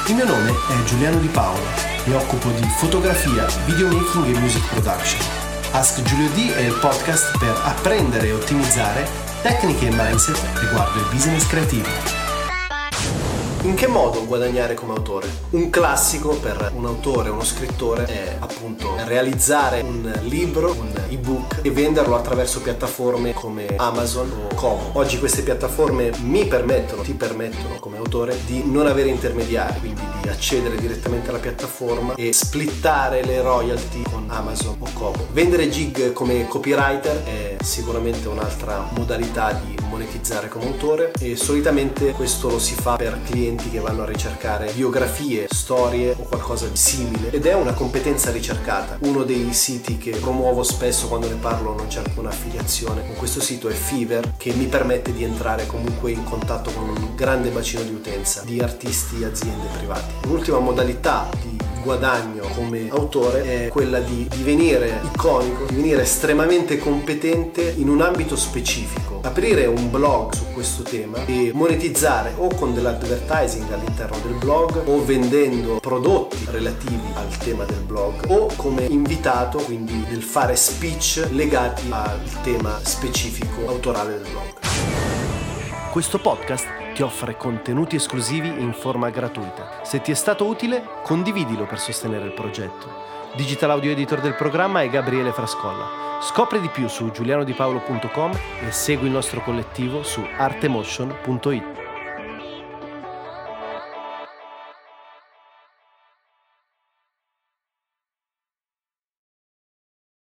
Il mio nome è Giuliano Di Paolo, mi occupo di fotografia, videomaking e music production. Ask Giulio D è il podcast per apprendere e ottimizzare tecniche e mindset riguardo i business creativi. In che modo guadagnare come autore? Un classico per un autore, uno scrittore, è appunto realizzare un libro, un ebook e venderlo attraverso piattaforme come Amazon o Kobo. Oggi queste piattaforme ti permettono come autore di non avere intermediari, quindi di accedere direttamente alla piattaforma e splittare le royalty con Amazon o Kobo. Vendere gig come copywriter è sicuramente un'altra modalità di monetizzare come autore e solitamente questo lo si fa per clienti che vanno a ricercare biografie, storie o qualcosa di simile ed è una competenza ricercata. Uno dei siti che promuovo spesso quando ne parlo, non c'è alcuna affiliazione con questo sito, è Fiverr, che mi permette di entrare comunque in contatto con un grande bacino di utenza di artisti e aziende private. Un'ultima modalità di guadagno come autore è quella di divenire iconico, divenire estremamente competente in un ambito specifico, aprire un blog su questo tema e monetizzare o con dell'advertising all'interno del blog o vendendo prodotti relativi al tema del blog o come invitato, quindi nel fare speech legati al tema specifico autorale del blog. Questo podcast ti offre contenuti esclusivi in forma gratuita. Se ti è stato utile, condividilo per sostenere il progetto. Digital audio editor del programma è Gabriele Frascolla. Scopri di più su giulianodipaolo.com e segui il nostro collettivo su artemotion.it.